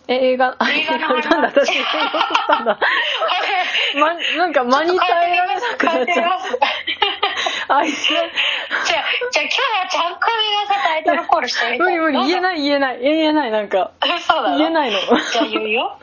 映画の話なんだ私映画撮ったんだなんか間に耐えられなくなっちゃうあいつじゃあ今日はちゃんこみがタイトルコールしてみたい。 無理言えないなんかそうだ言えないのじゃあ言うよ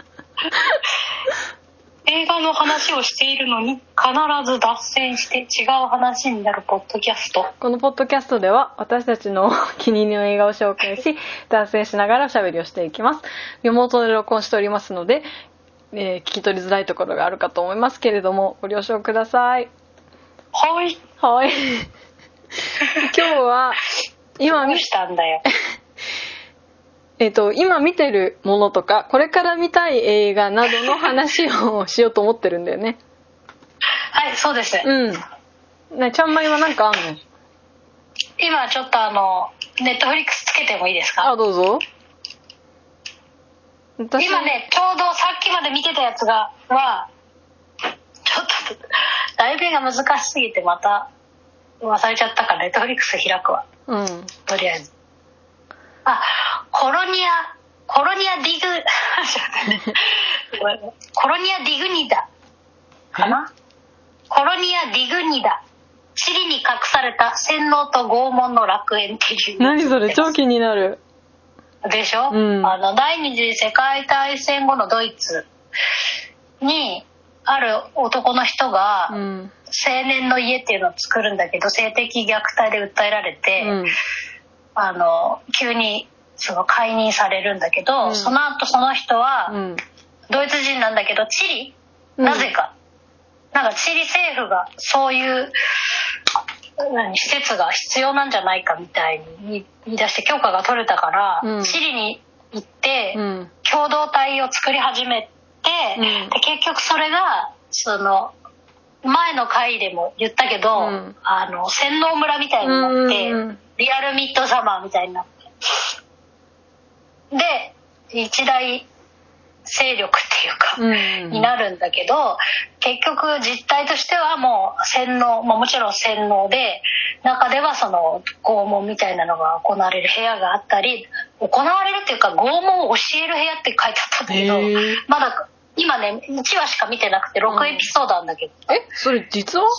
映画の話をしているのに必ず脱線して違う話になるポッドキャスト。 このポッドキャストでは私たちの気に入りの映画を紹介し脱線しながらおしゃべりをしていきます。リモートで録音しておりますので、聞き取りづらいところがあるかと思いますけれどもご了承ください。 はい今日は今どうしたんだよ今見てるものとかこれから見たい映画などの話をしようと思ってるんだよね。 はいそうです。 ねちゃんまいは何かあんの？ 今ちょっとネットフリックスつけてもいいですか？ どうぞ。 今ねちょうどさっきまで見てたやつはちょっと題名が難しすぎてまた忘れちゃったからネットフリックス開くわ。とりあえずコロニアディグニダかな。コロニアディグニダチリに隠された洗脳と拷問の楽園っていう。 何それ超気になるでしょ、第二次世界大戦後のドイツにある男の人が、青年の家っていうのを作るんだけど性的虐待で訴えられて、急にその解任されるんだけど、その後その人は、ドイツ人なんだけどチリ、なぜかなんかチリ政府がそういう施設が必要なんじゃないかみたいに言い出して許可が取れたから、チリに行って、共同体を作り始めて、で結局それがその前の回でも言ったけど、洗脳村みたいになって、リアルミッドサマーみたいになってで一大勢力っていうか、になるんだけど結局実態としてはもう洗脳、もちろん洗脳で中ではその拷問みたいなのが行われる部屋があったり、行われるっていうか拷問を教える部屋って書いてあったんだけど、まだ今ね1話しか見てなくて6エピソードなんだけど、 それ実は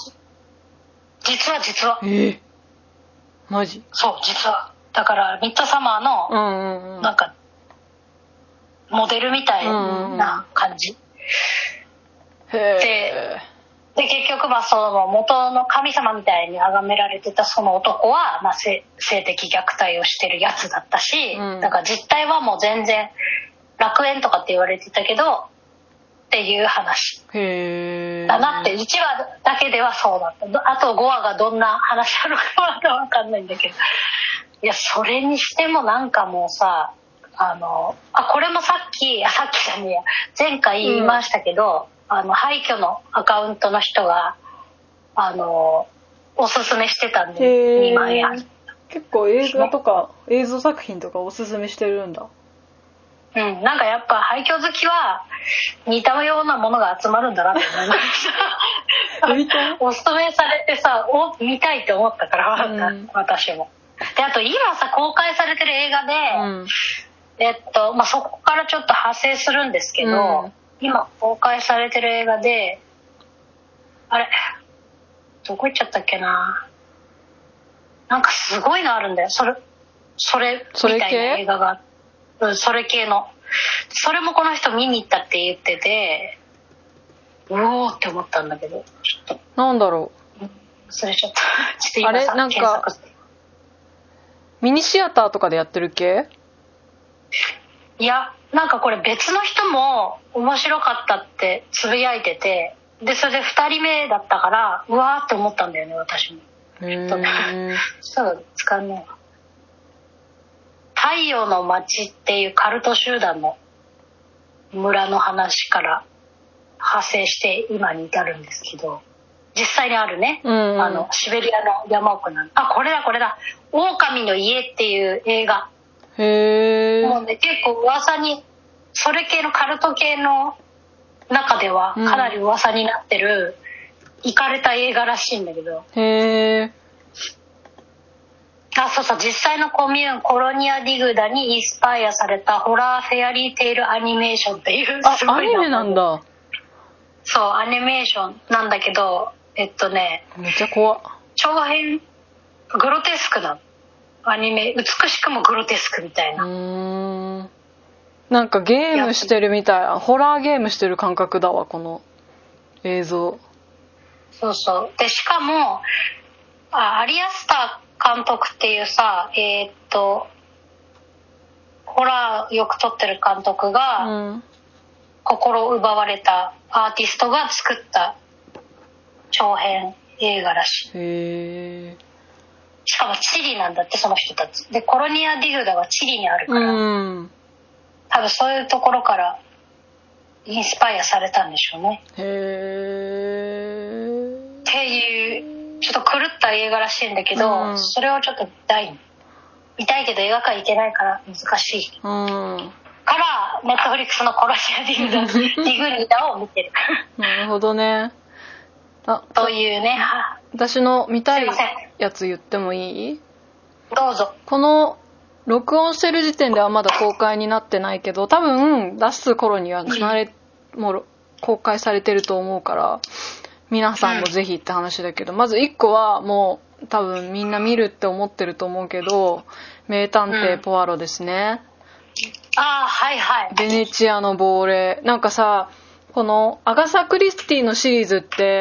マジ？ そう実はだからミッドサマーのなんかモデルみたいな感じ、で結局その元の神様みたいに崇められてたその男は、性的虐待をしてるやつだったし、だから実態はもう全然楽園とかって言われてたけどっていう話だなって1話だけではそうだった。あと5話がどんな話なのかまだ分かんないんだけど、いやそれにしてもなんかもうさこれもさっきじゃねえや前回言いましたけど、廃墟のアカウントの人がおすすめしてたんで2万円。 結構映画とか映像作品とかおすすめしてるんだ。 なんかやっぱ廃墟好きは似たようなものが集まるんだなって思いましたおすすめされてさ見たいって思ったから、私も。であと今さ公開されてる映画で、そこからちょっと派生するんですけど、今公開されてる映画であれどこ行っちゃったっけな、なんかすごいのあるんだよ、それみたいな映画が、それ系の、それもこの人見に行ったって言ってて、うおーって思ったんだけど、ちょっとなんだろう、 忘れちゃった。ちょっと今さなんか検索してミニシアターとかでやってる系？ いやなんかこれ別の人も面白かったってつぶやいてて、でそれで2人目だったからうわーって思ったんだよね私も。そう使うね。太陽の街っていうカルト集団の村の話から派生して今に至るんですけど、実際にあるね、シベリアの山奥なんこれだ狼の家っていう映画。もうね結構噂にそれ系のカルト系の中ではかなり噂になってるイカれた映画らしいんだけど、 そうそう、実際のコミューンコロニア・ディグダにインスパイアされたホラーフェアリーテイルアニメーションっていうアニメなんだ。 そう、アニメーションなんだけど、めっちゃ怖っ。 長編グロテスクなアニメ、美しくもグロテスクみたいな。 なんかゲームしてるみたい、ホラーゲームしてる感覚だわ、この映像。 そうそう。でしかもアリアスター監督っていうさ、ホラーよく撮ってる監督が、心を奪われたアーティストが作った長編映画らしい。 へー。 しかもチリなんだって、その人たちで。コロニア・ディグダはチリにあるから、多分そういうところからインスパイアされたんでしょうね。 へー。 っていうちょっと狂った映画らしいんだけど、それをちょっと見たいけど映画館行けないから難しい、からネットフリックスのコロニア・ディグリダを見てる。 なるほどね。 というね。 私の見たいやつ言ってもいい？ どうぞ。 この録音してる時点ではまだ公開になってないけど、多分出す頃にはもう公開されてると思うから、皆さんもぜひって話だけど、まず1個はもう多分みんな見るって思ってると思うけど、名探偵ポアロですね。 はいはい。 ベネチアの亡霊。なんかさ、このアガサ・クリスティのシリーズって、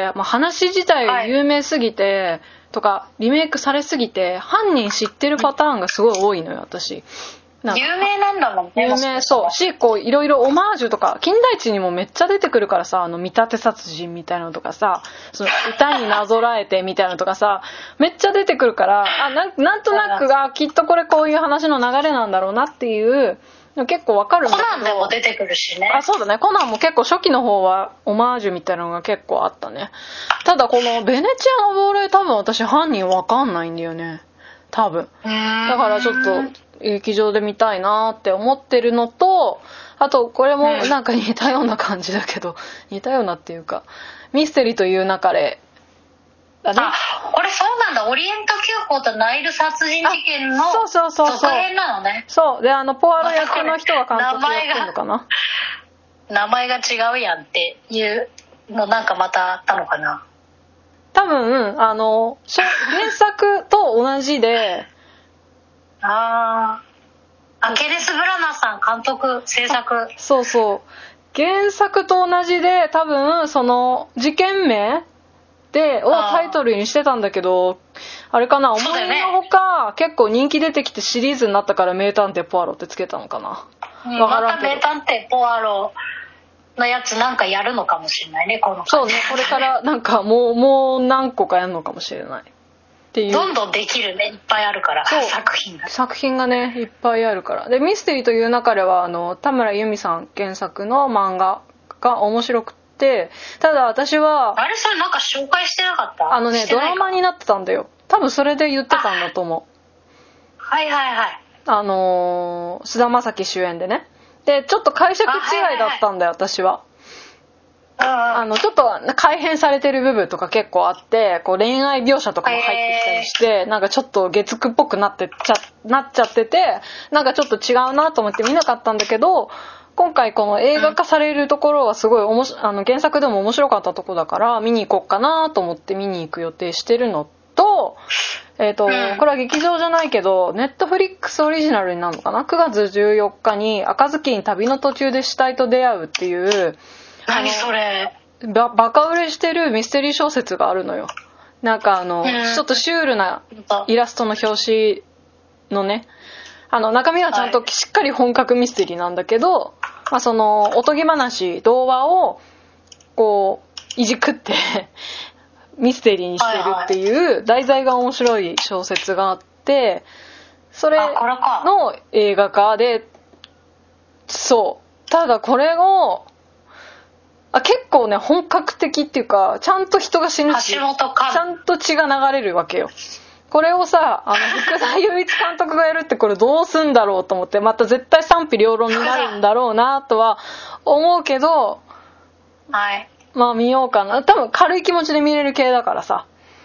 話自体が有名すぎて、とかリメイクされすぎて犯人知ってるパターンがすごい多いのよ、私。 有名なんだもんね。 有名、そうし、こういろいろオマージュとか金田一にもめっちゃ出てくるからさ、見立て殺人みたいなのとかさ、その歌になぞらえてみたいなのとかさ、めっちゃ出てくるから、なんとなくきっとこれこういう話の流れなんだろうなっていう結構わかるんだけど。 コナンでも出てくるしね。 そうだね。コナンも結構初期の方はオマージュみたいなのが結構あったね。ただこのベネチアの亡霊、多分私犯人わかんないんだよね。多分。だからちょっと劇場で見たいなって思ってるのと、あとこれもなんか似たような感じだけど、似たようなっていうか、ミステリという流れ。 これそうなんだ。オリエント急行とナイル殺人事件の続編なのね。 そうで、ポアロ役の人が監督やってるのかな。 名前が違うやんっていうのなんかまたあったのかな。 多分原作と同じで、 ケネス・ブラナーさん監督制作。 そうそう、原作と同じで、多分その事件名をタイトルにしてたんだけど、あれかな、思いのほか結構人気出てきてシリーズになったから名探偵ポアロってつけたのかな。 また名探偵ポアロのやつなんかやるのかもしれないね、この。 そうね、これからなんかもう何個かやるのかもしれないっていう。 どんどんできるね、いっぱいあるから。作品がねいっぱいあるから。でミステリーという中では田村由美さん原作の漫画が面白くて、ただ私はそれなんか紹介してなかった？ ドラマになってたんだよ。多分それで言ってたんだと思う。 はいはいはい。 菅田将暉主演でね。でちょっと解釈違いだったんだよ、私は。ちょっと改変されてる部分とか結構あって、こう恋愛描写とかも入ってきたりして、なんかちょっと月9っぽくなっちゃってて、なんかちょっと違うなと思って見なかったんだけど、今回この映画化されるところはすごい原作でも面白かったとこだから見に行こうかなと思って見に行く予定してるのと、これは劇場じゃないけどネットフリックスオリジナルになるのかな。9月14日に赤ずきん旅の途中で死体と出会うっていう、 何それ、 バカ売れしてるミステリー小説があるのよ。なんかちょっとシュールなイラストの表紙のね、中身はちゃんとしっかり本格ミステリーなんだけど、そのおとぎ話童話をこういじくってミステリーにしてるっていう題材が面白い小説があって、それの映画化で、そう、ただこれを結構ね本格的っていうか、ちゃんと人が死ぬし、ちゃんと血が流れるわけよ。これをさ、福田雄一監督がやるってこれどうすんだろうと思って、また絶対賛否両論になるんだろうなとは思うけど、 はい。 見ようかな。多分軽い気持ちで見れる系だからさ。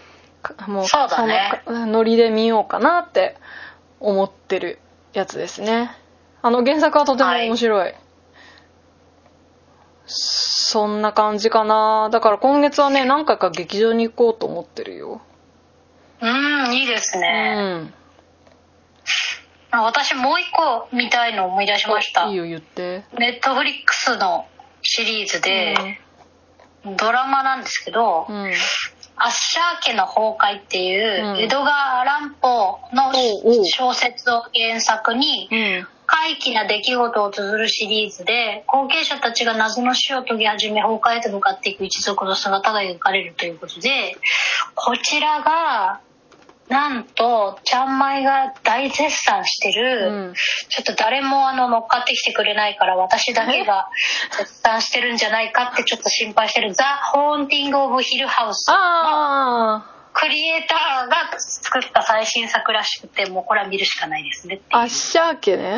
もうそうだね、 そのノリで見ようかなって思ってるやつですね。原作はとても面白い、はい、そんな感じかな。だから今月はね、何回か劇場に行こうと思ってるよ。 いいですね。私もう一個見たいの思い出しました。 いいよ、言って。 ネットフリックスのシリーズで、ドラマなんですけど、アッシャー家の崩壊っていう、江戸川乱歩の小説を原作に、怪奇な出来事を綴るシリーズで、後継者たちが謎の死を遂げ始め、崩壊へと向かっていく一族の姿が描かれるということで、こちらがなんとちゃんまいが大絶賛してる、ちょっと誰も乗っかってきてくれないから私だけが絶賛してるんじゃないかってちょっと心配してるザ・ホーンティング・オブ・ヒルハウスのクリエイターが作った最新作らしくて、もうこれは見るしかないですねっていう。 アッシャー家ね。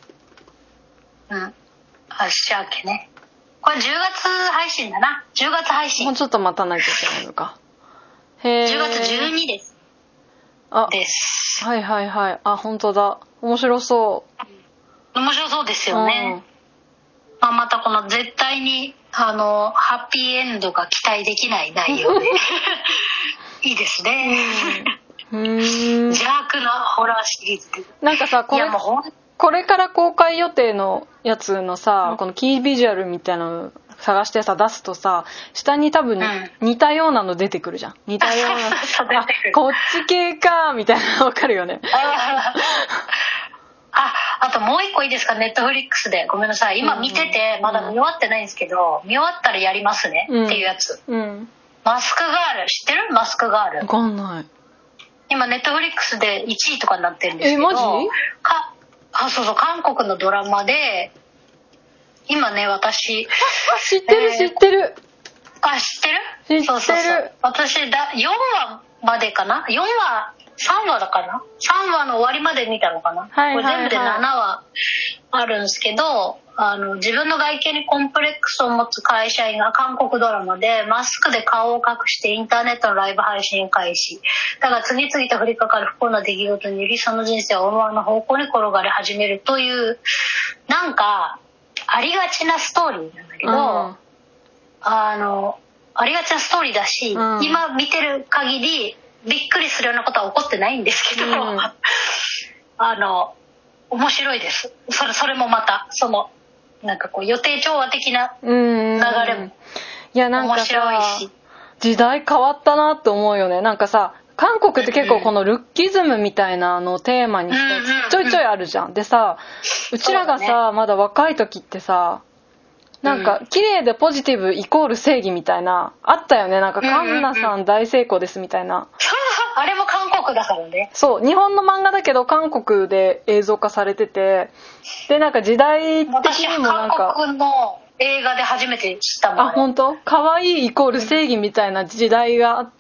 アッシャー家ね。これ10月配信だな。10月配信。 もうちょっと待たないといけないのか。 10月12です。です。 はいはいはい。本当だ。面白そう。 面白そうですよね。またこの絶対にハッピーエンドが期待できない内容でいいですね。邪悪なホラーシリーズで。 なんかさ、これから公開予定のやつのさ、このキービジュアルみたいなの探してさ出すとさ、下に多分似たようなの出てくるじゃん。似たようなこっち系かみたいなの分かるよね。 あともう一個いいですか、ネットフリックスで。ごめんなさい、今見ててまだ見終わってないんですけど、見終わったらやりますねっていうやつ、マスクガール知ってる？マスクガール分かんない。 今ネットフリックスで1位とかになってるんですけど。 マジ？ そう韓国のドラマで、今ね私知ってる、知ってる。 知ってる？そう私4話までかな、4話3話だかな、3話の終わりまで見たのかな、これ全部で7話あるんですけど、自分の外見にコンプレックスを持つ会社員が韓国ドラマでマスクで顔を隠してインターネットのライブ配信開始。だが次々と降りかかる不幸な出来事によりその人生は思わぬ方向に転がり始めるという、なんかありがちなストーリーなんだけど、ありがちなストーリーだし、今見てる限りびっくりするようなことは起こってないんですけど、面白いです。それもまたなんかこう予定調和的な流れも面白いし、 時代変わったなって思うよね。なんかさ、韓国って結構このルッキズムみたいなのをテーマにしてちょいちょいあるじゃん。でさ、うちらがさ、まだ若い時ってさ、なんか綺麗でポジティブイコール正義みたいなあったよね。なんかカンナさん大成功ですみたいな。 あれも韓国だからね。 そう、日本の漫画だけど韓国で映像化されてて、でなんか時代的にもなんか、 私韓国の映画で初めて知ったもん。 本当？可愛いイコール正義みたいな時代があって、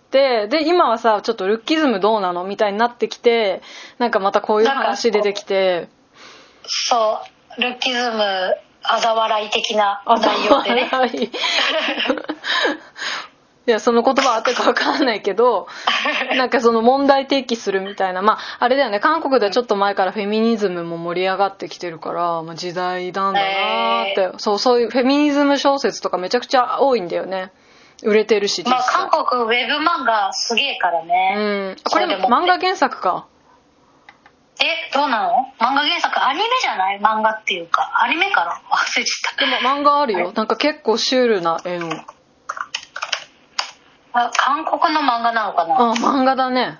で今はさちょっとルッキズムどうなのみたいになってきて、なんかまたこういう話出てきて、 そうルッキズム嘲笑い的な内容でね。 いや、その言葉あってか分かんないけど、なんかその問題提起するみたいな、あれだよね、韓国ではちょっと前からフェミニズムも盛り上がってきてるから、時代なんだなって、そういうフェミニズム小説とかめちゃくちゃ多いんだよね。売れてるし、 韓国ウェブ漫画すげえからね。 これ漫画原作か。 どうなの？漫画原作アニメじゃない？漫画っていうかアニメかな、忘れちゃった。 でも漫画あるよ。なんか結構シュールな絵の。 韓国の漫画なのかな？ 漫画だね。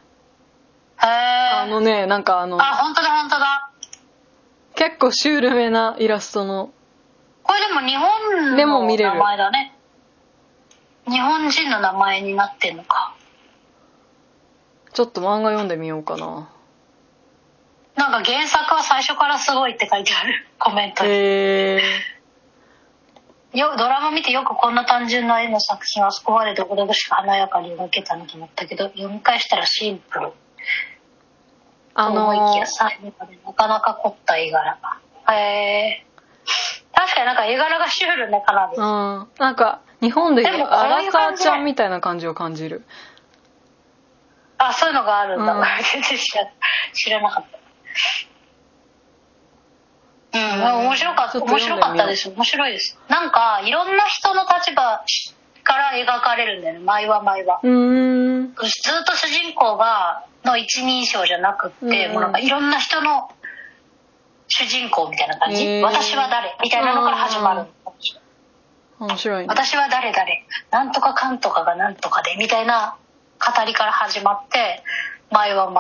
なんか本当だ。 結構シュールめなイラストの。 これでも日本の名前だね。日本人の名前になってんのか。 ちょっと漫画読んでみようかな。 なんか原作は最初からすごいって書いてあるコメントに。ドラマ見てよくこんな単純な絵の作品はそこまでどこどこしか華やかに描けたのと思ったけど、読み返したらシンプルと思いきや最後までなかなか凝った絵柄。確かになんか絵柄がシュールね、かなり。 なんか日本でいうアラサーちゃんみたいな感じを感じる。 あ、そういうのがあるんだ。全然知らなかった。面白かったです。面白いです。なんかいろんな人の立場から描かれるんだよね、毎話。ずっと主人公の一人称じゃなくって、もうなんかいろんな人の主人公みたいな感じ、私は誰みたいなのから始まる。 面白いね。 私は誰なんとかかんとかがなんとかでみたいな語りから始まって、毎話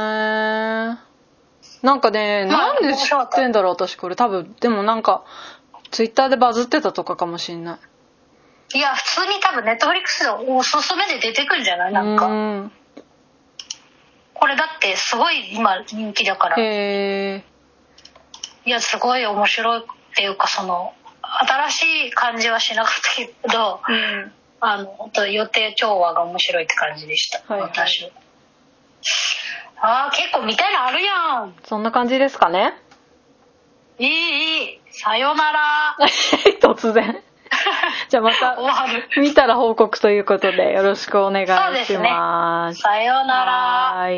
なんかね、なんで知ってんだろう私これ。多分でもなんかツイッターでバズってたとかかもしんない。 いや、普通に多分ネットフリックスでおすすめで出てくるんじゃない？なんかこれだってすごい今人気だから。いや、すごい面白いっていうか、その新しい感じはしなかったけど、本当予定調和が面白いって感じでした、私。結構見たいのあるやん。 そんな感じですかね。 いいさよなら。 突然じゃあまた見たら報告ということでよろしくお願いします。 そうですね。さよなら。